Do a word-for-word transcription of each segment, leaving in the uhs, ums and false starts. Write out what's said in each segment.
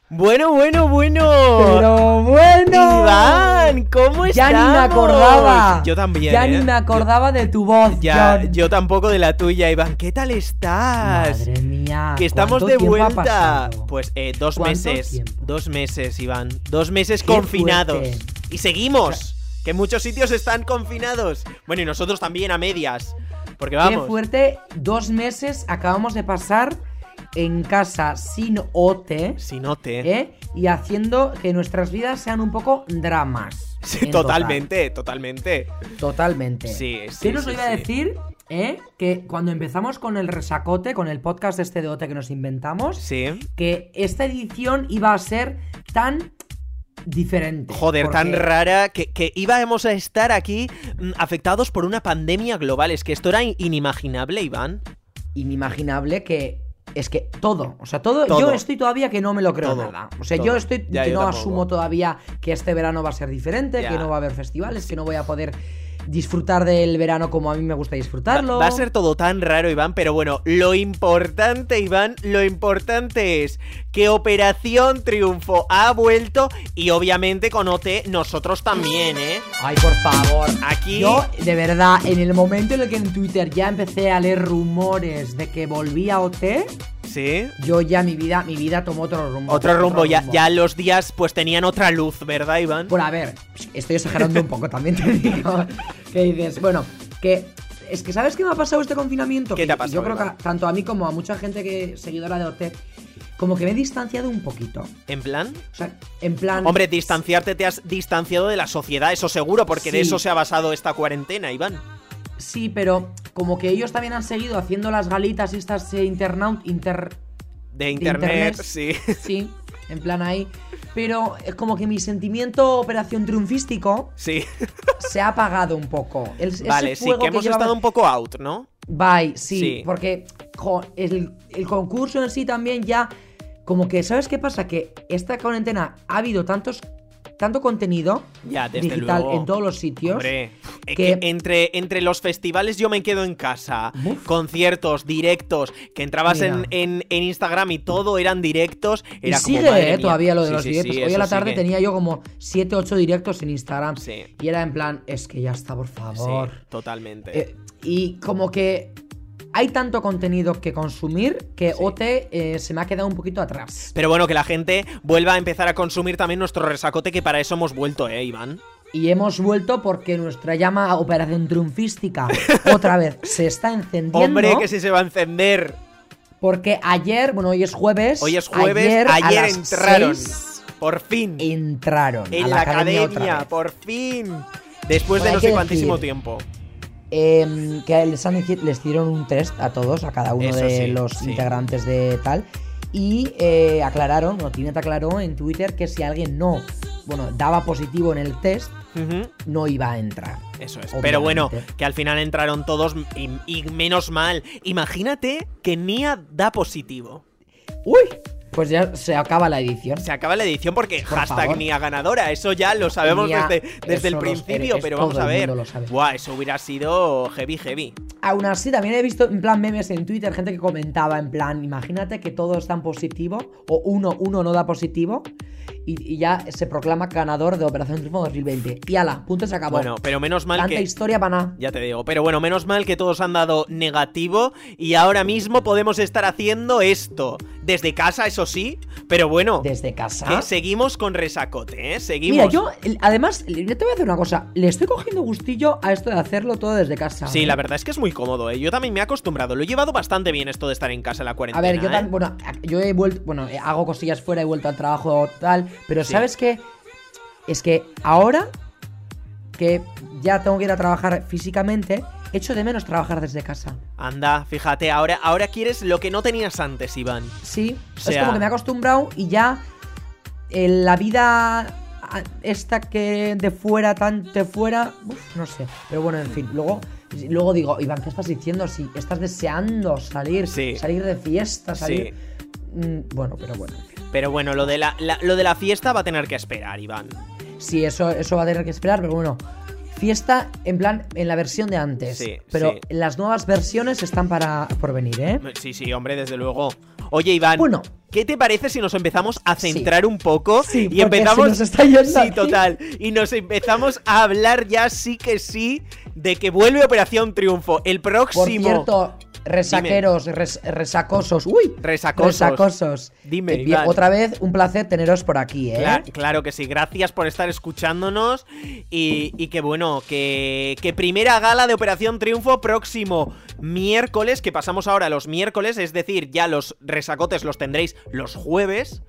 Bueno, bueno, bueno. Pero bueno. Iván, ¿cómo estás? Ya ni me acordaba. Yo también. Ya ¿eh? ni me acordaba yo, de tu voz. Ya, John. yo tampoco de la tuya, Iván. ¿Qué tal estás? Madre mía. Que estamos de vuelta. Pues eh, dos meses. Tiempo? Dos meses, Iván. Dos meses Qué confinados. fuerte. Y seguimos. Que en muchos sitios están confinados. Bueno, y nosotros también a medias. Porque vamos. Qué fuerte. Dos meses acabamos de pasar en casa sin O T. Sin O T. ¿eh? Y haciendo que nuestras vidas sean un poco dramas. Sí, totalmente, totalmente. Totalmente. Sí, sí. ¿Qué nos sí, iba a sí. decir? ¿Eh? Que cuando empezamos con el resacote, con el podcast este de O T que nos inventamos, Sí. que esta edición iba a ser tan diferente. Joder, porque... tan rara que, que íbamos a estar aquí mm, afectados por una pandemia global. Es que esto era inimaginable, Iván. Inimaginable que... Es que todo, o sea, todo, Todo. yo estoy todavía que no me lo creo Todo, nada. O sea, todo. yo estoy Ya, que yo no tampoco. asumo todavía que este verano va a ser diferente, Ya. que no va a haber festivales, que no voy a poder disfrutar del verano como a mí me gusta disfrutarlo. Va, va a ser todo tan raro, Iván, pero bueno, lo importante, Iván, lo importante es que Operación Triunfo ha vuelto y obviamente con O T nosotros también, ¿eh? Ay, por favor. Aquí... Yo, de verdad, en el momento en el que en Twitter ya empecé a leer rumores de que volvía O T, ¿Sí? yo ya mi vida, mi vida tomó otro rumbo. Otro rumbo, ya, ya los días pues tenían otra luz, ¿verdad, Iván? Bueno, a ver, estoy exagerando un poco, también te digo. Que dices, bueno, que... Es que ¿sabes qué me ha pasado este confinamiento? ¿Qué Que te ha pasado, Yo creo Iván? que tanto a mí como a mucha gente que seguidora de O T, como que me he distanciado un poquito. ¿En plan? O sea, en plan... Hombre, distanciarte te has distanciado de la sociedad, eso seguro, porque de Sí. eso se ha basado esta cuarentena, Iván. Sí, pero como que ellos también han seguido haciendo las galitas estas eh, internaut... Inter... De internet, internet. sí. Sí, en plan ahí. Pero es como que mi sentimiento operación triunfístico Sí. se ha apagado un poco. El, Vale, ese sí, fuego que hemos llevaba- estado un poco out, ¿no? Bye, sí, Sí. porque jo, el, el concurso en sí también ya... Como que, ¿sabes qué pasa? Que esta cuarentena ha habido tantos... Tanto contenido Ya, desde digital luego. en todos los sitios. Hombre, eh, que- que entre, entre los festivales yo me quedo en casa. Uf. Conciertos, directos, que entrabas en, Mira. en, en Instagram y todo eran directos. Y Era como, sigue, madre eh, mía. todavía lo de Sí, los sí, directos. sí, Hoy a eso la tarde sigue. tenía yo como siete, ocho directos en Instagram. Sí. Y era en plan, es que ya está, por favor. Sí, totalmente. Eh, y como que hay tanto contenido que consumir que Sí. O T eh, se me ha quedado un poquito atrás. Pero bueno, que la gente vuelva a empezar a consumir también nuestro resacote, que para eso hemos vuelto, ¿eh, Iván? Y hemos vuelto porque nuestra llama Operación Triunfística otra vez se está encendiendo. Hombre, que sí se va a encender. Porque ayer, bueno, hoy es jueves. Hoy es jueves, Ayer, a ayer las entraron. seis Por fin. entraron En a la, la academia, otra vez. por fin. Después de Hay no que sé cuantísimo decir- tiempo. Eh, que les, han, hici- les dieron un test a todos, a cada uno Eso de sí, los sí. integrantes de tal. Y eh, aclararon, bueno, Tinet aclaró en Twitter que si alguien no, bueno, daba positivo en el test, Ujú. no iba a entrar. Eso es. Obviamente. Pero bueno, que al final entraron todos y, y menos mal. Imagínate que Nia da positivo. ¡Uy! Pues ya se acaba la edición. Se acaba la edición porque Por hashtag favor. Nia ganadora. Eso ya lo sabemos Nia, desde, desde el eso lo- principio, es- pero todo vamos a el ver. mundo lo sabe. Buah, eso hubiera sido heavy, heavy. Aún así, también he visto en plan memes en Twitter, gente que comentaba en plan, imagínate que todos dan positivo, o uno, uno no da positivo, y, y ya se proclama ganador de Operación Triunfo dos mil veinte. Y ala, punto, se acabó. Bueno, pero menos mal Tanta que... historia para nada. Ya te digo, pero bueno, menos mal que todos han dado negativo y ahora mismo podemos estar haciendo esto. Desde casa, eso sí, pero bueno, Desde casa. que seguimos con resacote, ¿eh? Seguimos. Mira, yo, el- además, le- te voy a hacer una cosa. Le estoy cogiendo gustillo a esto de hacerlo todo desde casa. Sí, ¿eh? la verdad es que es muy cómodo, ¿eh? Yo también me he acostumbrado. Lo he llevado bastante bien esto de estar en casa en la A cuarentena. ver, yo ¿eh? tan, bueno, yo he vuelto, bueno, eh, hago cosillas fuera, he vuelto al trabajo tal, pero Sí. ¿sabes qué? Es que ahora que ya tengo que ir a trabajar físicamente, echo de menos trabajar desde casa. Anda, fíjate, ahora, ahora quieres lo que no tenías antes, Iván. Sí, O es sea- como que me he acostumbrado y ya eh, la vida a- esta que de fuera, tan de fuera, uf, no sé. Pero bueno, en fin, luego, luego digo, Iván, ¿qué estás diciendo? Si estás deseando salir, Sí. salir de fiesta, salir... Sí. Mm, bueno, pero bueno, en fin. Pero bueno, lo de la, la- lo de la fiesta va a tener que esperar, Iván. Sí, eso, eso va a tener que esperar, pero bueno. fiesta en plan en la versión de antes. Sí, pero sí. las nuevas versiones están para por venir, ¿eh? Sí, sí, hombre, desde luego. Oye, Iván, Bueno. ¿qué te parece si nos empezamos a centrar Sí. un poco Sí, y porque empezamos se nos está yendo sí, aquí. total, y nos empezamos a hablar ya sí que sí de que vuelve Operación Triunfo el próximo. Por cierto, resaqueros, res- resacosos, uy, Resacosos. resacosos. Dime, Eh, bien, Iván. otra vez un placer teneros por aquí, ¿eh? Cla- claro que sí, gracias por estar escuchándonos y, y que bueno, que, que primera gala de Operación Triunfo próximo miércoles, que pasamos ahora a los miércoles, es decir, ya los resacotes los tendréis los jueves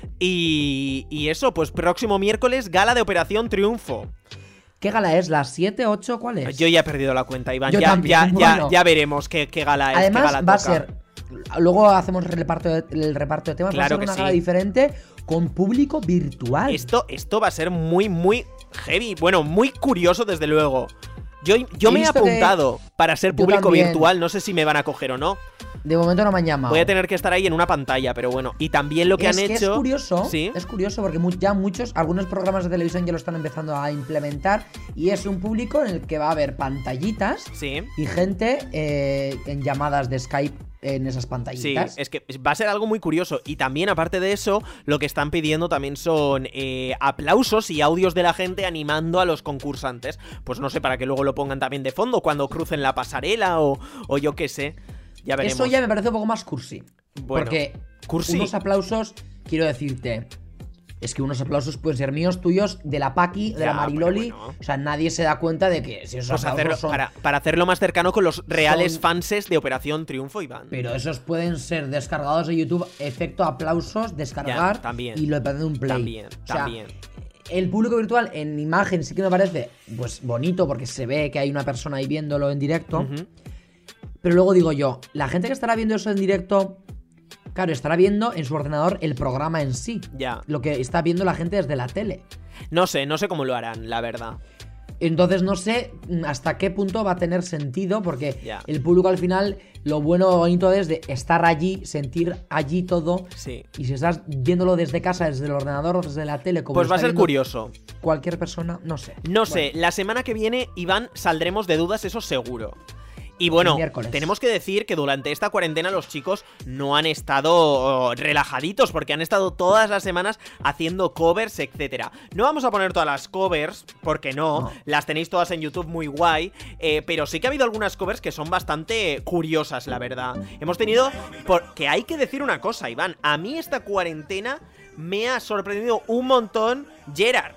y, y eso, pues próximo miércoles gala de Operación Triunfo. ¿Qué gala es? ¿La siete, ocho? ¿Cuál es? Yo ya he perdido la cuenta, Iván, Yo ya, también, ya, ya, bueno. ya veremos qué, qué gala es, qué Además, gala va a toca. ser. Luego hacemos el reparto de, el reparto de temas. Claro va a que ser una sí. gala diferente con público virtual. Esto, esto va a ser muy, muy heavy. Bueno, muy curioso, desde luego. Yo, yo He me he visto que- apuntado para ser Yo público también. virtual. No sé si me van a coger o no. De momento no me han llamado. Voy a tener que estar ahí en una pantalla, pero bueno. Y también lo que es han que hecho. es curioso, Sí. es curioso porque mu- ya muchos, algunos programas de televisión ya lo están empezando a implementar y es un público en el que va a haber pantallitas Sí. y gente eh, en llamadas de Skype en esas Sí, pantallitas. es que va a ser algo muy curioso. Y también, aparte de eso, lo que están pidiendo también son eh, aplausos y audios de la gente animando a los concursantes. Pues no sé, para que luego lo pongan también de fondo cuando crucen la pasarela o, o yo qué sé. Ya veremos. Eso ya me parece un poco más cursi. Bueno, porque cursi. unos aplausos, quiero decirte, es que unos aplausos pueden ser míos, tuyos, de la Paqui, de Ya, la Mariloli. pero bueno. O sea, nadie se da cuenta de que si esos Pues aplausos hacerlo, son... para, para hacerlo más cercano con los reales son- fanses de Operación Triunfo, Iván. Pero esos pueden ser descargados de YouTube, efecto aplausos, descargar Ya, también. y lo de un play. También, O sea, también. el público virtual en imagen sí que me parece pues bonito porque se ve que hay una persona ahí viéndolo en directo. Ujú. Pero luego digo yo, la gente que estará viendo eso en directo, claro, estará viendo en su ordenador el programa en sí. Ya. Lo que está viendo la gente desde la tele. No sé, no sé cómo lo harán, la verdad. Entonces no sé hasta qué punto va a tener sentido, porque Ya. el público al final, lo bueno o bonito es de estar allí, sentir allí todo. Sí. Y si estás viéndolo desde casa, desde el ordenador o desde la tele, como Pues lo va a está ser viendo curioso. cualquier persona, no sé. No sé, la semana que viene, Iván, saldremos de dudas, eso seguro. Y bueno, El miércoles. tenemos que decir que durante esta cuarentena los chicos no han estado relajaditos, porque han estado todas las semanas haciendo covers, etcétera. No vamos a poner todas las covers, porque no, No. las tenéis todas en YouTube muy guay, eh, pero sí que ha habido algunas covers que son bastante curiosas, la verdad. Hemos tenido... Porque hay que decir una cosa, Iván, a mí esta cuarentena me ha sorprendido un montón Gerard.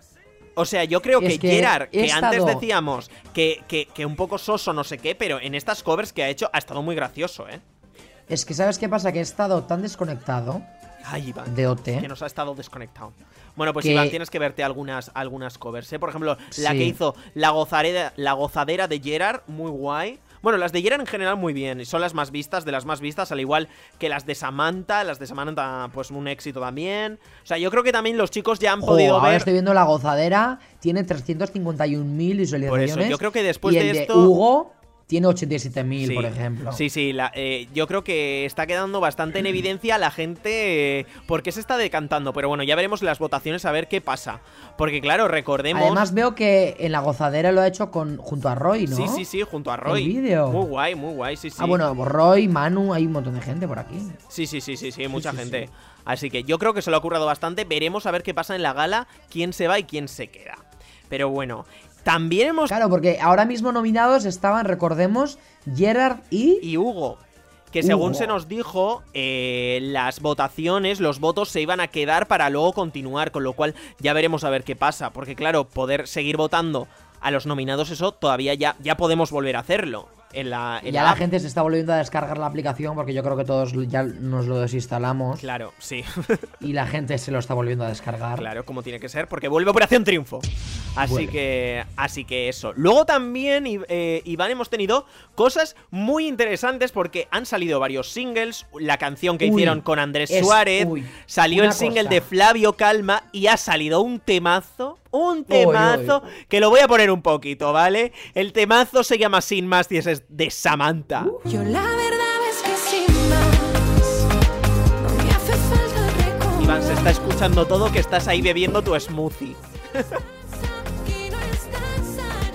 O sea, yo creo Es que, que Gerard, he que antes estado- decíamos que, que, que un poco soso, no sé qué, pero en estas covers que ha hecho ha estado muy gracioso, ¿eh? Es que ¿sabes qué pasa? Que he estado tan desconectado Ay, Iván, de O T. que nos ha estado desconectado. Bueno, pues Que- Iván, tienes que verte algunas, algunas covers, ¿eh? Por ejemplo, la Sí. que hizo la gozadera, la gozadera de Gerard, muy guay. Bueno, las de Gerard en general muy bien, y son las más vistas, de las más vistas, al igual que las de Samantha. Las de Samantha, pues un éxito también. O sea, yo creo que también los chicos ya han Jo, podido ahora ver... estoy viendo La Gozadera, tiene trescientos cincuenta y un mil visualizaciones. Por eso, yo creo que después y de el esto- Hugo tiene ochenta y siete mil, Sí. por ejemplo. Sí, sí, la- eh, yo creo que está quedando bastante en evidencia la gente eh, por qué se está decantando. Pero bueno, ya veremos las votaciones a ver qué pasa. Porque claro, recordemos... Además veo que en La Gozadera lo ha hecho con junto a Roy, ¿no? Sí, sí, sí, junto a Roy. El vídeo. Muy guay, muy guay, sí, sí. Ah, bueno, Roy, Manu, hay un montón de gente por aquí. Sí, sí, sí, sí, sí, mucha sí, gente. sí. Así que yo creo que se lo ha currado bastante. Veremos a ver qué pasa en la gala, quién se va y quién se queda. Pero bueno, también hemos... Claro, porque ahora mismo nominados estaban, recordemos, Gerard y... Y Hugo, que según Hugo. se nos dijo, eh, las votaciones, los votos se iban a quedar para luego continuar, con lo cual ya veremos a ver qué pasa, porque claro, poder seguir votando a los nominados, eso todavía ya, ya podemos volver a hacerlo en la, en Ya la la app. gente se está volviendo a descargar la aplicación porque yo creo que todos ya nos lo desinstalamos Claro, sí, y la gente se lo está volviendo a descargar. claro, como tiene que ser, porque vuelve Operación Triunfo. Así Vuelve. que, así que eso. Luego también, I- eh, Iván, hemos tenido cosas muy interesantes porque han salido varios singles. La canción que Uy, hicieron con Andrés es- Suárez, uy, salió una el single cosa. de Flavio Calma y ha salido un temazo, un temazo, uy. que lo voy a poner un poquito, ¿vale? El temazo se llama Sin Más y es de Samantha. Yo la verdad es que sin más no me hace falta recordar. Iván, se está escuchando todo que estás ahí bebiendo tu smoothie. Y no estás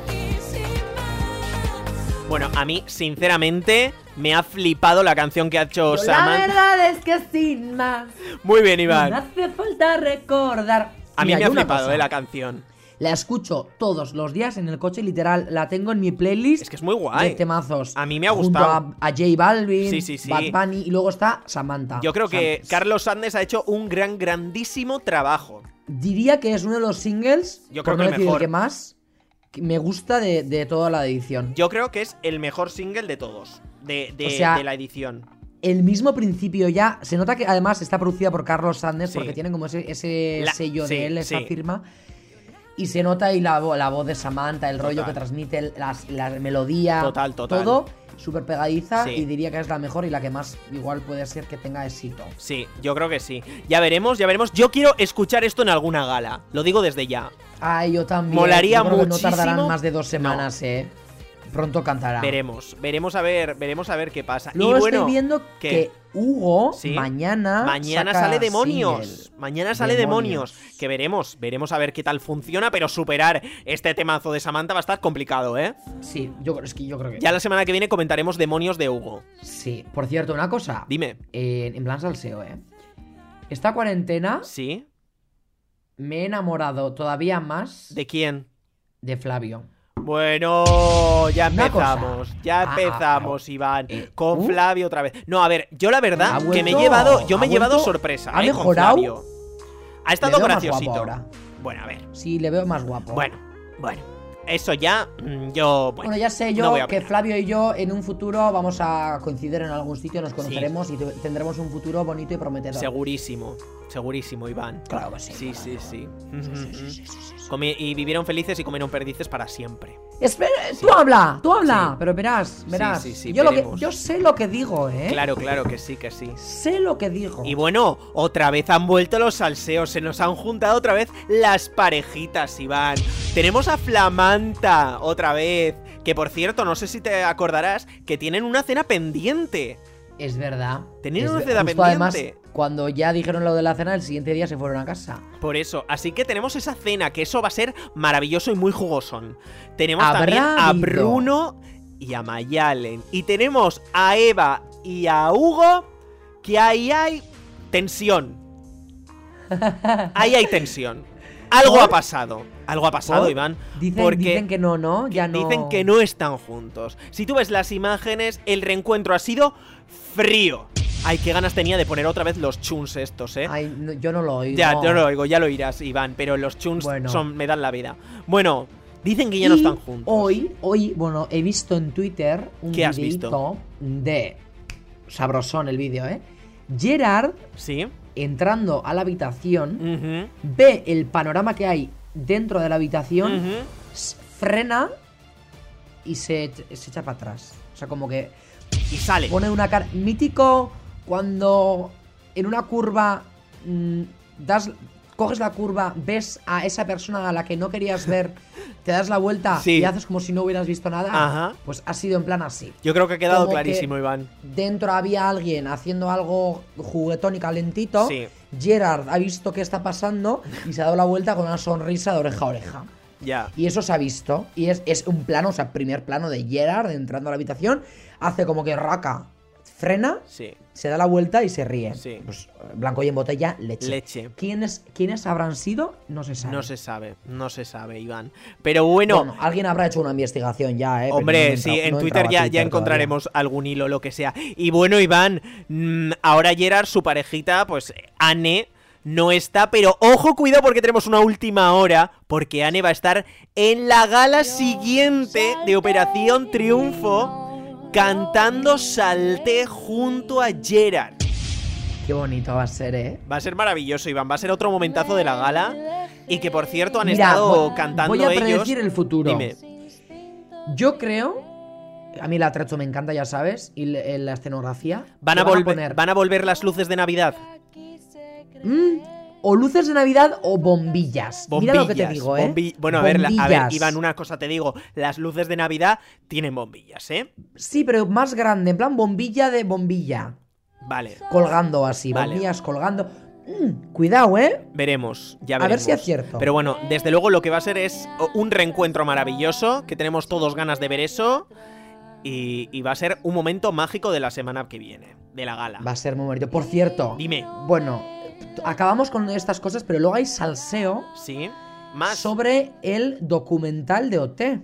Bueno, a mí, sinceramente, me ha flipado la canción que ha hecho Yo la Samantha. verdad es que sin más Muy bien, no Iván. me hace falta recordar. A mí Mira, me ha yo una flipado, cosa, eh, la canción. La escucho todos los días en el coche, literal. La tengo en mi playlist. Es que es muy guay. De temazos. A mí me ha junto gustado. a, a J Balvin, Sí, sí, sí. Bad Bunny y luego está Samantha. Yo creo que Sam- Carlos Sandes ha hecho un gran, grandísimo trabajo. Diría que es uno de los singles, Yo por creo no que el decir mejor. el que más, que me gusta de, de toda la edición. Yo creo que es el mejor single de todos. De, de, O sea, de la edición. El mismo principio ya, se nota que además está producida por Carlos Sandes, Sí. porque tiene como ese, ese La- sello sí, de él, esa sí. firma. Y se nota ahí la, vo- la voz de Samantha, el rollo Total. que transmite, el- las- la, melodía, Total, total. todo súper pegadiza. Sí. Y diría que es la mejor y la que más igual puede ser que tenga éxito. Sí, yo creo que sí. Ya veremos, ya veremos. Yo quiero escuchar esto en alguna gala. Lo digo desde ya. Ay, yo también. Molaría Yo creo que muchísimo. No tardarán más de dos semanas, eh. Pronto cantará. Veremos, veremos a ver, veremos a ver qué pasa. Luego y bueno, estoy viendo ¿qué? que Hugo ¿Sí? mañana. mañana saca sale Demonios. single. Mañana sale demonios. Que veremos, veremos a ver qué tal funciona, pero superar este temazo de Samantha va a estar complicado, ¿eh? Sí, yo, es que yo creo que. Ya la semana que viene comentaremos Demonios de Hugo. Sí, por cierto, una cosa. Dime. Eh, en plan salseo, ¿eh? Esta cuarentena ¿Sí? me he enamorado todavía más ¿De quién? de Flavio. Bueno, ya Una cosa. empezamos, ya Ah, empezamos, ah, Iván, eh, con uh. Flavio otra vez. No, a ver, yo la verdad Ha que me he vuelto- llevado, yo me ha he llevado vuelto- sorpresa, ha eh, con mejorado. Flavio. Ha Le estado veo más graciosito. guapo ahora. Bueno, a ver. Sí, le veo más guapo. Bueno, bueno. Eso ya, mm, yo, bueno. Bueno, ya sé no yo voy a que opinar. Flavio y yo en un futuro vamos a coincidir en algún sitio, nos conoceremos y te- tendremos un futuro bonito y prometedor. Segurísimo, segurísimo, Iván. Claro que sí. Sí, sí, sí. Sí, sí, sí, sí, sí, sí. Comi- y vivieron felices y comieron perdices para siempre. Espera, tú habla, tú habla, Sí. pero verás, verás. Sí, sí, sí, yo, lo que, veremos. yo sé lo que digo, ¿eh? Claro, claro que sí, que sí. Sé lo que digo. Y bueno, otra vez han vuelto los salseos, se nos han juntado otra vez las parejitas, Iván. Tenemos a Flamanta otra vez, que por cierto, no sé si te acordarás, que tienen una cena pendiente. Es verdad. Tenían Es una ver- cena justo además, pendiente. cuando ya dijeron lo de la cena, el siguiente día se fueron a casa. Por eso, así que tenemos esa cena, que eso va a ser maravilloso y muy jugosón. Tenemos Habrá también a habido. Bruno y a Mayalen. Y tenemos a Eva y a Hugo, que ahí hay tensión. Ahí hay tensión. Algo ¿Por? ha pasado. Algo ha pasado, ¿Por? Iván. Dicen, porque dicen que no, ¿no? Ya no. dicen que no están juntos. Si tú ves las imágenes, el reencuentro ha sido frío. Ay, qué ganas tenía de poner otra vez los chuns estos, ¿eh? Ay, no, yo no lo oigo. Ya, yo lo oigo, ya lo oirás, Iván, pero los chuns Bueno. son, me dan la vida. Bueno, dicen que ya no Y están juntos. Hoy, hoy, bueno, he visto en Twitter un ¿Qué has videíto de. Sabrosón el vídeo, ¿eh? Gerard ¿Sí? entrando a la habitación, Ujú, ve el panorama que hay dentro de la habitación, ujú. s- frena y se, se echa para atrás. O sea, como que Y sale. pone una cara. Mítico cuando en una curva mm, das. Coges la curva, ves a esa persona a la que no querías ver, te das la vuelta Sí. y haces como si no hubieras visto nada. Ajá. Pues ha sido en plan así. Yo creo que ha quedado Como clarísimo, que Iván. Dentro había alguien haciendo algo juguetón y calentito. Sí. Gerard ha visto qué está pasando y se ha dado la vuelta con una sonrisa de oreja a oreja. Ya. Y eso se ha visto. Y es, es un plano, o sea, primer plano de Gerard entrando a la habitación. Hace como que raca, frena, Sí. se da la vuelta y se ríe. Sí. Pues blanco y en botella, leche. Leche. ¿Quiénes, ¿Quiénes habrán sido? No se sabe. No se sabe, no se sabe, Iván. Pero bueno, Bueno, alguien habrá hecho una investigación ya, ¿eh? Pero hombre, no he sí, entrado- en no he Twitter entrado a ya, Twitter ya encontraremos algún hilo, lo que sea. Y bueno, Iván, mm, ahora Gerard, su parejita, pues Anne, no está, pero ojo, cuidado porque tenemos una última hora, porque Anne va a estar en la gala siguiente de Operación Triunfo cantando Salté junto a Gerard. todavía. Qué bonito va a ser, ¿eh? Va a ser maravilloso, Iván, va a ser otro momentazo de la gala. Y que por cierto han Mira, estado voy- cantando voy a ellos. predecir el futuro. Dime. Yo creo. A mí el atrecho me encanta, ya sabes. Y le- la escenografía. Van a, que volver, poner, van a volver las luces de Navidad. mm, o luces de Navidad o bombillas. Bombillas. Mira lo que te digo, ¿eh? bombi- Bueno, a ver, la- a ver, Bombillas. Iván, una cosa te digo. Las luces de Navidad tienen bombillas, ¿eh? Sí, pero más grande. En plan, bombilla de bombilla. Vale. Colgando así. Vale. Bombillas colgando. Mm, cuidado, ¿eh? Veremos, ya A ver veremos. si acierto. Pero bueno, desde luego lo que va a ser es un reencuentro maravilloso, que tenemos todos ganas de ver eso. y, y va a ser un momento mágico de la semana que viene, de la gala. Va a ser muy bonito. Por cierto, Dime. bueno, acabamos con estas cosas, pero luego hay salseo ¿Sí? Más. sobre el documental de O T.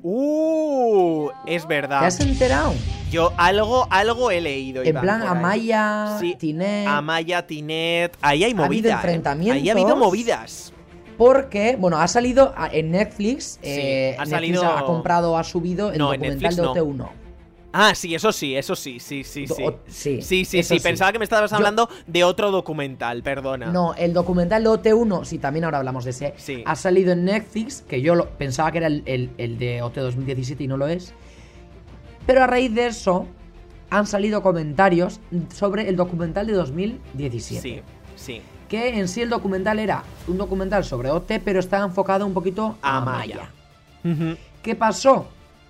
Uh, es ¿Te verdad. has enterado? Yo algo, algo he leído. En Iván, plan, por ahí. Amaya, Sí, Tinet. Amaya, Tinet. Ahí hay Ha habido movidas. ¿eh? enfrentamientos. Ahí ha habido movidas. Porque, bueno, ha salido a- en Netflix. eh, ha Netflix salido- ha comprado, ha subido el No, en documental Netflix de no. O T uno. Ah, sí, eso sí, eso sí, sí, sí, Do- sí. o- sí, Sí, sí, eso sí. sí. Pensaba que me estabas Yo- hablando de otro documental, perdona. No, el documental de O T uno, sí, también ahora hablamos de ese. Sí. Ha salido en Netflix, que yo lo, pensaba que era el, el- el de O T dos mil diecisiete y no lo es. Pero a raíz de eso, han salido comentarios sobre el documental de dos mil diecisiete. Sí, sí. Que en sí el documental era un documental sobre O T, pero estaba enfocado un poquito a Amaya. Amaya. Ujú. ¿Qué pasó?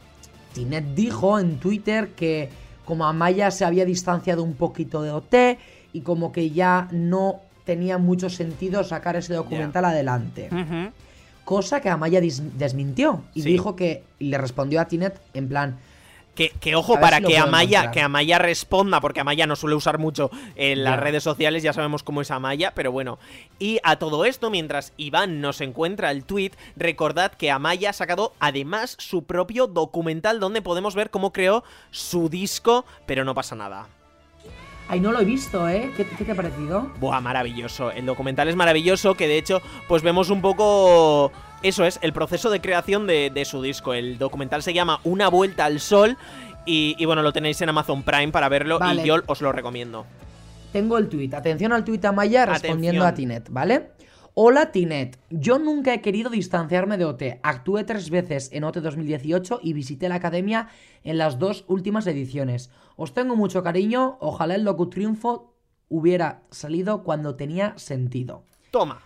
Tinet dijo en Twitter que como Amaya se había distanciado un poquito de O T y como que ya no tenía mucho sentido sacar ese documental adelante. Ujú. Cosa que Amaya dis- desmintió y Sí. dijo que le respondió a Tinet en plan, Que, que ojo, A ver para si lo que puedo Amaya, encontrar. que Amaya responda, porque Amaya no suele usar mucho en las Ya. redes sociales, ya sabemos cómo es Amaya, pero bueno. Y a todo esto, mientras Iván nos encuentra el tweet, recordad que Amaya ha sacado además su propio documental donde podemos ver cómo creó su disco, pero no pasa nada. ay, no lo he visto, ¿eh? ¿Qué, qué te ha parecido? Buah, maravilloso. El documental es maravilloso, que de hecho, pues vemos un poco... Eso es, el proceso de creación de, de su disco. El documental se llama Una vuelta al sol y, y bueno, lo tenéis en Amazon Prime para verlo Vale. y yo os lo recomiendo. Tengo el tuit. Atención al tuit Amaya respondiendo Atención. a Tinet, ¿vale? Hola Tinet, yo nunca he querido distanciarme de O T. Actué tres veces en O T dos mil dieciocho y visité la academia en las dos últimas ediciones. Os tengo mucho cariño, ojalá el docutriunfo hubiera salido cuando tenía sentido. Toma.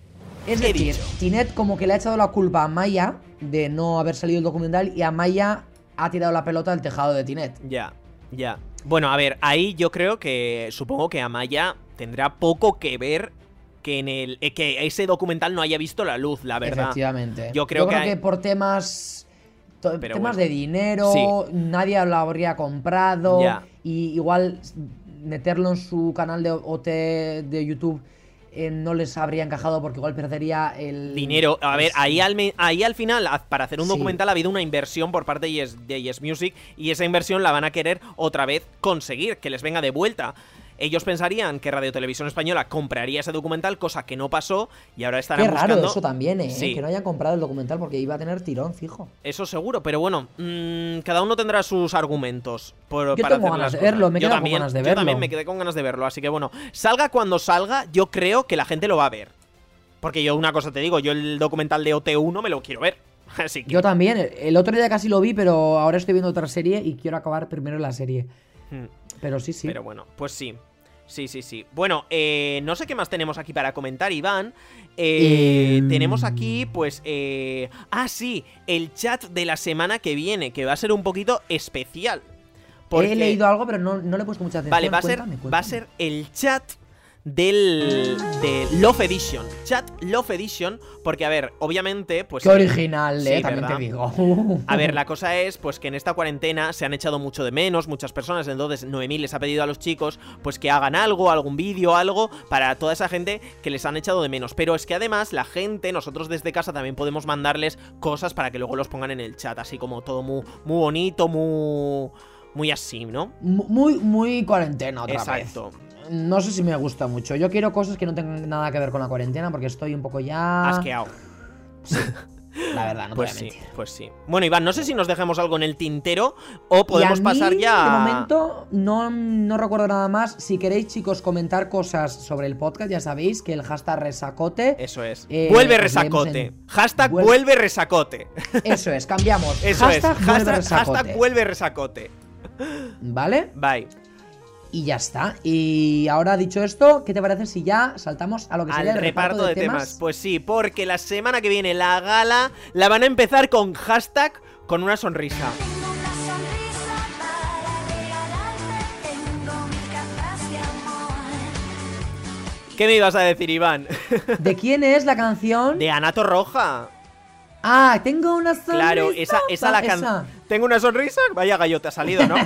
Es He decir, dicho. Tinet como que le ha echado la culpa a Amaya de no haber salido el documental y Amaya ha tirado la pelota al tejado de Tinet. Ya, ya. Bueno, a ver, ahí yo creo que... Supongo que Amaya tendrá poco que ver que en el... eh, que ese documental no haya visto la luz, la verdad. Efectivamente. Yo creo que hay- por temas to- Pero temas bueno. de dinero, Sí. nadie lo habría comprado Ya. y igual meterlo en su canal de O T de YouTube eh, no les habría encajado porque igual perdería el Dinero. A ver, el- ahí al, me- ahí al final, a- para hacer un Sí. documental ha habido una inversión por parte de Yes, de Yes Music y esa inversión la van a querer otra vez conseguir, que les venga de vuelta. Ellos pensarían que Radio Televisión Española compraría ese documental, cosa que no pasó, y ahora estarán Qué raro buscando... eso también, eh, Sí. que no hayan comprado el documental porque iba a tener tirón fijo. Eso seguro, pero bueno, mmm, cada uno tendrá sus argumentos por, Yo para tengo hacer ganas las de cosas. verlo, me he yo quedado con también, ganas de Yo verlo. también me quedé con ganas de verlo, así que bueno, salga cuando salga, yo creo que la gente lo va a ver. Porque yo una cosa te digo, yo el documental de O T uno me lo quiero ver. Así que... Yo también, el- el otro día casi lo vi, pero ahora estoy viendo otra serie y quiero acabar primero la serie. Hmm. Pero sí, sí. Pero bueno, pues sí. Sí, sí, sí. Bueno, eh, no sé qué más tenemos aquí para comentar, Iván. Eh, Em. Tenemos aquí, pues... Eh... Ah, sí, el chat de la semana que viene, que va a ser un poquito especial. Porque... He leído algo, pero no, no le he puesto mucha atención. Vale, va a, ser, Cuéntame, va a cuéntame. ser el chat del de Love Edition. Chat Love Edition, porque a ver, obviamente, pues... Qué original, eh, Sí, también ¿verdad? te digo. A ver, la cosa es, pues que en esta cuarentena se han echado mucho de menos muchas personas, entonces Noemí les ha pedido a los chicos, pues que hagan algo, algún vídeo, algo, para toda esa gente que les han echado de menos. Pero es que además la gente, nosotros desde casa también podemos mandarles cosas para que luego los pongan en el chat, así como todo muy, muy bonito, muy... Muy así, ¿no? Muy, muy cuarentena otra Exacto. vez. No sé si me gusta mucho. Yo quiero cosas que no tengan nada que ver con la cuarentena porque estoy un poco ya... Asqueado. La verdad, no Pues te voy a sí, mentir. pues sí. Bueno, Iván, no sé si nos dejamos algo en el tintero o podemos Y a mí, pasar ya... De momento, no, no recuerdo nada más. Si queréis, chicos, comentar cosas sobre el podcast, ya sabéis que el hashtag resacote. Eso es. Eh, vuelve os leemos resacote. en- Hashtag Vuel- vuelve resacote. Eso es, cambiamos. Eso hashtag es. vuelve Hashtag, resacote. hashtag vuelve resacote. ¿Vale? Bye. Y ya está. Y ahora dicho esto, ¿qué te parece si ya saltamos a lo que sería Al el reparto de temas. Pues sí, porque la semana que viene la gala la van a empezar con hashtag con una sonrisa. Tengo una sonrisa para regalarte, tengo mil capas de amor. ¿Qué me ibas a decir, Iván? ¿De quién es la canción? De Anato Roja. Ah, tengo una sonrisa. Claro, esa, esa la can... ¿Tengo una sonrisa? Vaya gallo te ha salido, ¿no?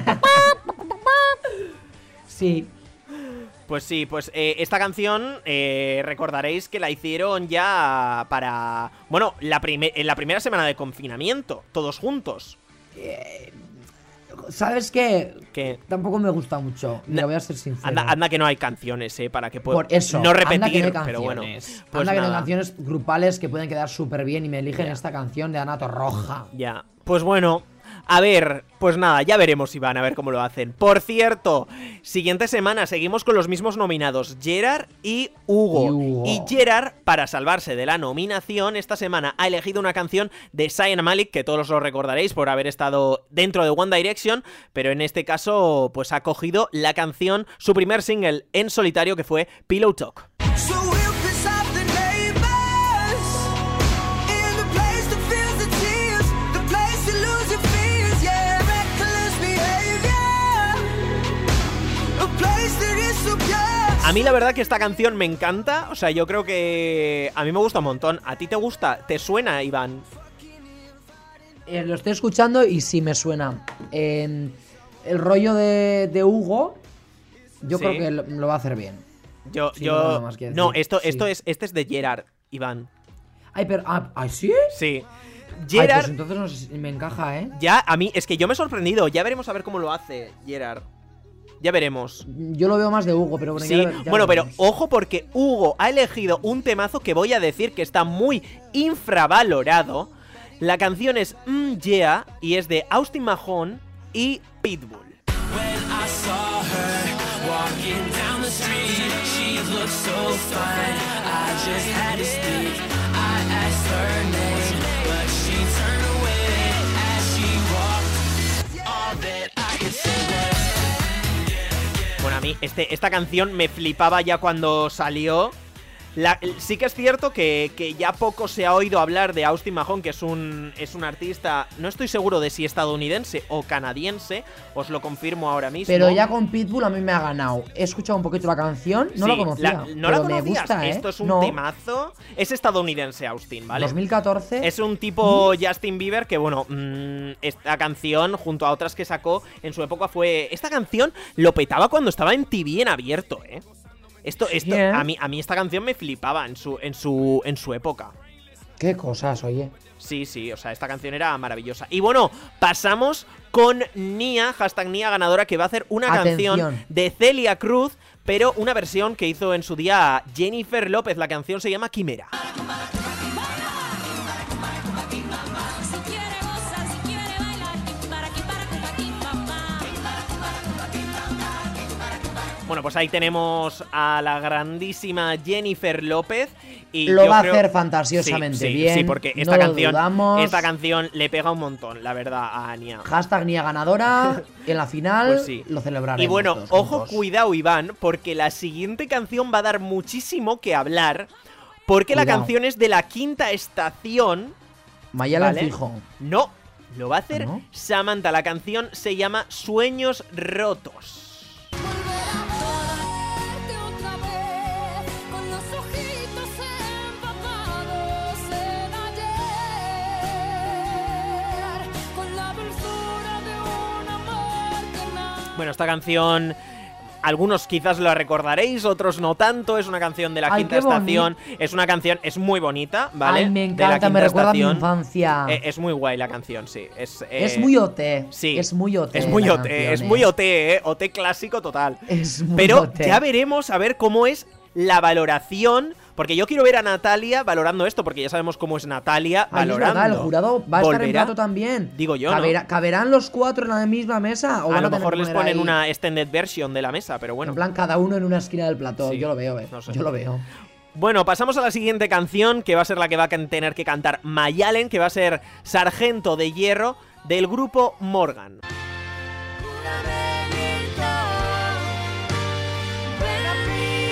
Sí. Pues sí, pues eh, esta canción eh, recordaréis que la hicieron ya para... Bueno, la prime- en la primera semana de confinamiento, todos juntos. Eh, ¿Sabes qué? Que Tampoco me gusta mucho, Na- me voy a ser sincero. anda, anda que no hay canciones, eh, para que pueda Por eso, no anda que repetir, no hay pero bueno. canciones. Pues anda que no hay nada, canciones grupales que pueden quedar súper bien y me eligen Ya. esta canción de Ana Torroja. ya. Pues bueno, a ver, pues nada, ya veremos si van a ver cómo lo hacen. Por cierto, siguiente semana seguimos con los mismos nominados, Gerard y Hugo. Y Hugo. Y Gerard, para salvarse de la nominación, esta semana ha elegido una canción de Zayn Malik, que todos lo recordaréis por haber estado dentro de One Direction, pero en este caso, pues ha cogido la canción, su primer single en solitario, que fue Pillow Talk. So we'll piss off the neighbors in the place that feels the tears, the place you lose your fears, yeah, reckless behavior, a place that is so pure. A mí la verdad que esta canción me encanta, o sea, yo creo que a mí me gusta un montón. ¿A ti te gusta? ¿Te suena, Iván? Eh, lo estoy escuchando y sí me suena. Eh, el rollo de, de Hugo, yo Sí. creo que lo, lo va a hacer bien. Yo, Sí, no tengo yo... nada más que No, decir, esto, sí. esto es, este es de Gerard, Iván. Ay, pero. Ah, ¿ay, sí? Sí. Ay, Gerard, pues entonces no sé si me encaja, ¿eh? ya, a mí, es que yo me he sorprendido. Ya veremos a ver cómo lo hace Gerard. Ya veremos. Yo lo veo más de Hugo, pero bueno, Sí, ya lo- ya bueno, lo pero veremos. ojo porque Hugo ha elegido un temazo que voy a decir que está muy infravalorado. La canción es Mm Yeah y es de Austin Mahone y Pitbull. When I saw her walking down the street, she looked so fine, I just had to speak. I asked her name, but she turned away as she walked. All that I could say was Bueno, a mí este, esta canción me flipaba ya cuando salió. La- sí que es cierto que, que ya poco se ha oído hablar de Austin Mahone, que es un, es un artista, no estoy seguro de si estadounidense o canadiense, os lo confirmo ahora mismo. Pero ya con Pitbull a mí me ha ganado. He escuchado un poquito la canción, no Sí, la conocía. ¿no pero la me conocías? gusta, ¿eh? Esto es un No. temazo. Es estadounidense, Austin, ¿vale? dos mil catorce. Es un tipo Justin Bieber que, bueno, mmm, esta canción, junto a otras que sacó en su época, fue... Esta canción lo petaba cuando estaba en T V en abierto, ¿eh? Esto, esto, ¿eh? a mí, a mí esta canción me flipaba en su, en su, en su época. Qué cosas, oye. Sí, sí, o sea, esta canción era maravillosa. Y bueno, pasamos con Nia, hashtag Nia ganadora, que va a hacer una Atención. canción de Celia Cruz, pero una versión que hizo en su día Jennifer López. La canción se llama Quimera. Si quiere gozar, si quiere bailar, para aquí, para aquí, para aquí, papá. Bueno, pues ahí tenemos a la grandísima Jennifer López. Y Lo yo va a creo- hacer fantasiosamente Sí, sí, bien, Sí, porque no esta lo canción, dudamos. esta canción le pega un montón, la verdad, a Ania. Hashtag Nia ganadora. En la final Pues sí. lo celebraremos. Y bueno, todos ojo, juntos. cuidado, Iván, porque la siguiente canción va a dar muchísimo que hablar. Porque la Cuidado. canción es de la quinta estación. Mayala ¿vale? en fijo. No, lo va a hacer ¿No? Samantha. La canción se llama Sueños Rotos. Verte otra vez, con los ojitos empapados en ayer, con la dulzura de un amor que nada. Bueno, esta canción... Algunos quizás la recordaréis, otros no tanto. Es una canción de la Ay, quinta qué boni- estación. Es una canción, es muy bonita, ¿vale? Ay, me De la encanta, me quinta recuerda a mi estación. infancia. Eh, es muy guay la canción, sí. Es, eh, es muy O T. Sí. Es muy O T. Es muy la O T, canción, es eh. muy O T, ¿eh? O T clásico total. Es muy Pero O T. ya veremos a ver cómo es la valoración. Porque yo quiero ver a Natalia valorando esto, porque ya sabemos cómo es Natalia Ay, es valorando. verdad, el jurado va a estar en ¿Volverá? plato también. Digo yo, ¿no? Caberá- ¿Caberán los cuatro en la misma mesa? ¿O A van lo tener mejor que les poner ponen ahí, una extended version de la mesa, pero bueno. En plan, cada uno en una esquina del plató. Sí, Yo lo veo, eh. no sé. Yo lo veo. Bueno, pasamos a la siguiente canción, que va a ser la que va a tener que cantar Mayalen, que va a ser Sargento de Hierro, del grupo Morgan. Una velita, ven a mí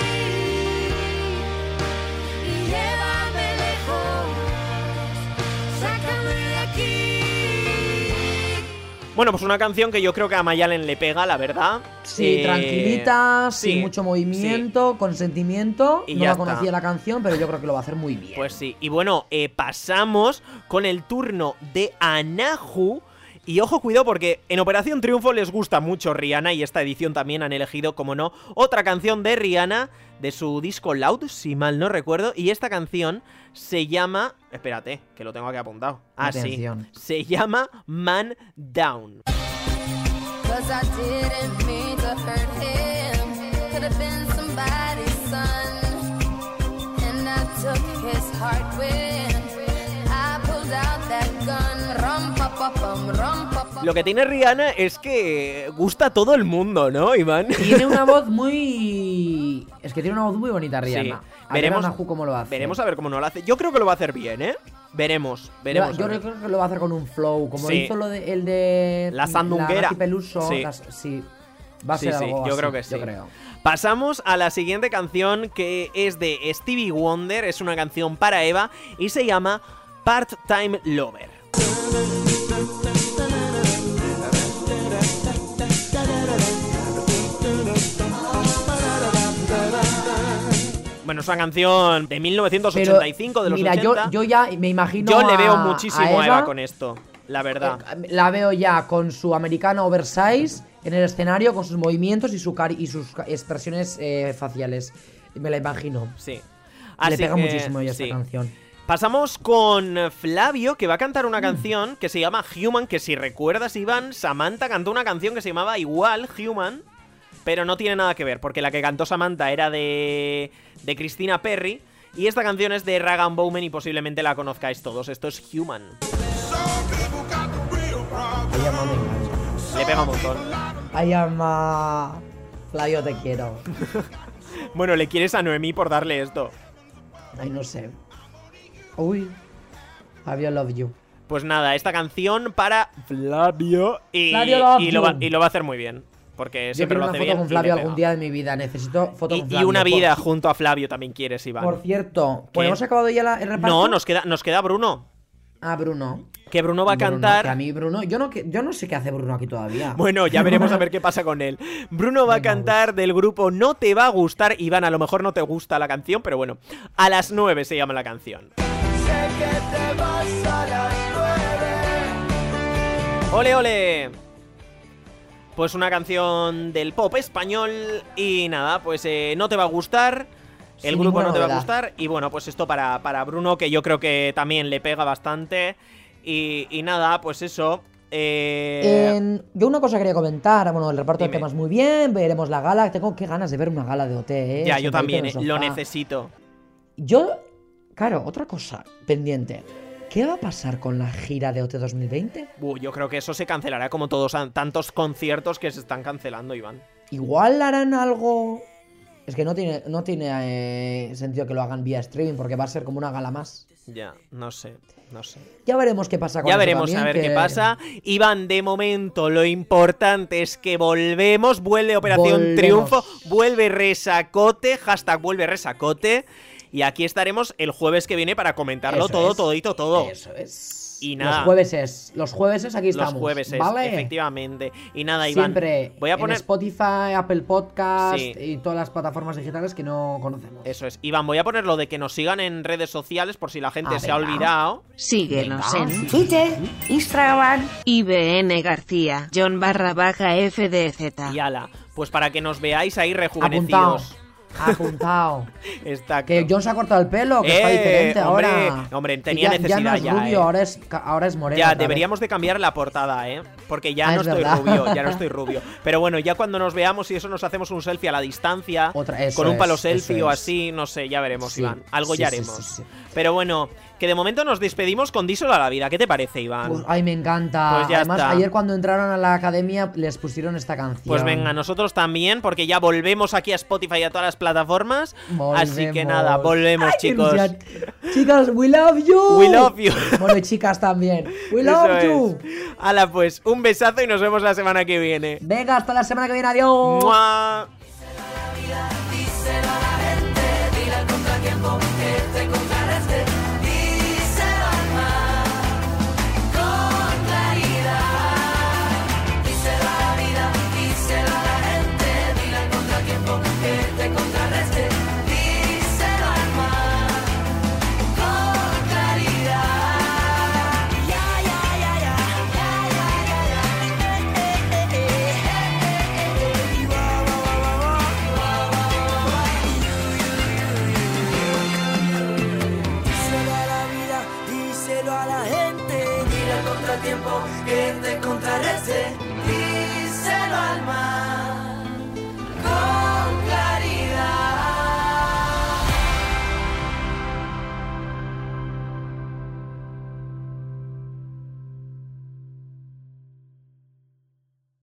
y llévame lejos, sácame de aquí. Bueno, pues una canción que yo creo que a Mayalen le pega, la verdad. Sí, Eh, tranquilita, sí, sin mucho movimiento, sí. con sentimiento. Y No ya la está. conocía la canción, pero yo creo que lo va a hacer muy bien. Pues sí. Y bueno, eh, pasamos con el turno de Anahu. Y ojo, cuidado, porque en Operación Triunfo les gusta mucho Rihanna y esta edición también han elegido, como no, otra canción de Rihanna de su disco Loud, si mal no recuerdo. Y esta canción se llama... Espérate, que lo tengo aquí apuntado. Ah, Atención. sí. Se llama Man Down. Cause I didn't mean to hurt him. Could have been somebody's son. And I took his heart when I pulled out that gun. Rum pa pa pum, rum pa pa. Lo que tiene Rihanna es que gusta a todo el mundo, ¿no, Iván? Tiene una voz muy... Es que tiene una voz muy bonita, Rihanna. Sí. A ver Veremos- a Anahu cómo lo hace. Veremos a ver cómo no lo hace. Yo creo que lo va a hacer bien, ¿eh? Veremos, veremos. Yo a ver. creo que lo va a hacer con un flow, como Sí. hizo lo de, el de... La sandunguera. Nati Peluso. Sí. las- sí. Va a Sí, ser sí, algo yo así, creo que sí. Yo creo. Pasamos a la siguiente canción, que es de Stevie Wonder. Es una canción para Eva y se llama Part-Time Lover. Bueno, es una canción de mil novecientos ochenta y cinco, Pero, de los mira, ochenta. yo, yo ya me imagino Yo le a- veo muchísimo a Eva, Eva con esto, la verdad. Eh, La veo ya con su americana oversize en el escenario, con sus movimientos y, su cari- y sus ca- expresiones eh, faciales. Me la imagino. Sí. Le Así pega que, muchísimo ya sí. esta canción. Pasamos con Flavio, que va a cantar Mm. una canción que se llama Human, que si recuerdas, Iván, Samantha cantó una canción que se llamaba igual, Human, pero no tiene nada que ver, porque la que cantó Samantha era de, de Christina Perry, y esta canción es de Rag and Bowman y posiblemente la conozcáis todos. Esto es Human. Ay, ama, me encanta. Le pega un montón. Ay, ama. Flavio, te quiero. Bueno, le quieres a Noemí por darle esto. Ay, no sé. Uy. Flavio, love you. Pues nada, esta canción para Flavio y, Flavio, love y, lo, va, you. y lo va a hacer muy bien, porque Yo siempre quiero lo una hace foto bien con y Flavio le pega. algún día de mi vida. Necesito foto Y, con y Flavio. una Por- vida junto a Flavio también quieres, Iván. Por cierto, pues ¿Qué? hemos acabado ya la- el reparto. No, nos queda, nos queda Bruno. Ah, Bruno. Que Bruno va a Bruno, cantar. que a mí Bruno, yo no, que- yo no sé qué hace Bruno aquí todavía. Bueno, ya veremos a ver qué pasa con él. Bruno va a Venga, cantar del grupo No Te Va a Gustar. Iván, a lo mejor no te gusta la canción, pero bueno, a las nueve se llama la canción. ¡Ole, ole! Pues una canción del pop español y nada, pues eh, no te va a gustar. El Sin grupo ninguna no te va a novedad. gustar. Y bueno, pues esto para, para Bruno, que yo creo que también le pega bastante. Y, y nada, pues eso. Eh, En- yo una cosa quería comentar, bueno, el reparto Dime. de temas muy bien, veremos la gala, tengo qué ganas de ver una gala de O T, ¿eh? ya, yo Sentadito también, en eh, el lo sofá. necesito. Yo, claro, otra cosa pendiente, ¿qué va a pasar con la gira de O T dos mil veinte? Uh, yo creo que eso se cancelará como todos tantos conciertos que se están cancelando, Iván. Igual harán algo... Es que no tiene, no tiene eh, sentido que lo hagan vía streaming, porque va a ser como una gala más. Ya, no sé, no sé. Ya veremos qué pasa con Ya eso veremos también, a ver que- qué pasa. Iván, de momento lo importante es que volvemos, vuelve Operación Volvemos. Triunfo, vuelve Resacote, hashtag vuelve Resacote. Y aquí estaremos el jueves que viene para comentarlo Eso todo, es. todito, todo. Eso es. Y nada. Los jueves es, los jueves es aquí Los estamos. jueves es, ¿vale? efectivamente. Y nada, Iván, Siempre voy a en poner... Spotify, Apple Podcast Sí. y todas las plataformas digitales que no conocemos. Eso es. Iván, voy a poner lo de que nos sigan en redes sociales por si la gente Ah, se ha venga. olvidado. Síguenos Venga. en Twitter, Instagram, I B N García, John barra baja F D Z. Y ala, pues para que nos veáis ahí Apuntado. rejuvenecidos. Apuntado. Exacto. Que John se ha cortado el pelo, que está Eh, diferente hombre, ahora. hombre, Que tenía ya, necesidad ya no es ya, rubio, eh. ahora es, ca- ahora es moreno. Ya, otra vez. deberíamos de cambiar la portada, ¿eh? Porque ya Ah, no es estoy verdad. rubio, ya no estoy rubio. Pero bueno, ya cuando nos veamos y eso nos hacemos un selfie a la distancia, Otra- eso con un palo es, selfie eso o es. así, no sé, ya veremos, Sí, Iván. Algo sí, ya sí, haremos. sí, sí. Pero bueno, que de momento nos despedimos con Díselo a la vida. ¿Qué te parece, Iván? Pues, ay, me encanta. Pues ya Además, está. ayer cuando entraron a la academia les pusieron esta canción. Pues venga, nosotros también, porque ya volvemos aquí a Spotify y a todas las plataformas. Así que Volvemos. nada, volvemos, Ay, qué chicos. ilusión. Chicas, we love you. We love you. Bueno, y chicas también. We Eso love es. you. Hala, pues, un besazo y nos vemos la semana que viene. Venga, hasta la semana que viene. Adiós. ¡Mua! Díselo a la gente, dile al contratiempo que te contrarreste. Díselo al mar con claridad. tiempo que te contrarresté.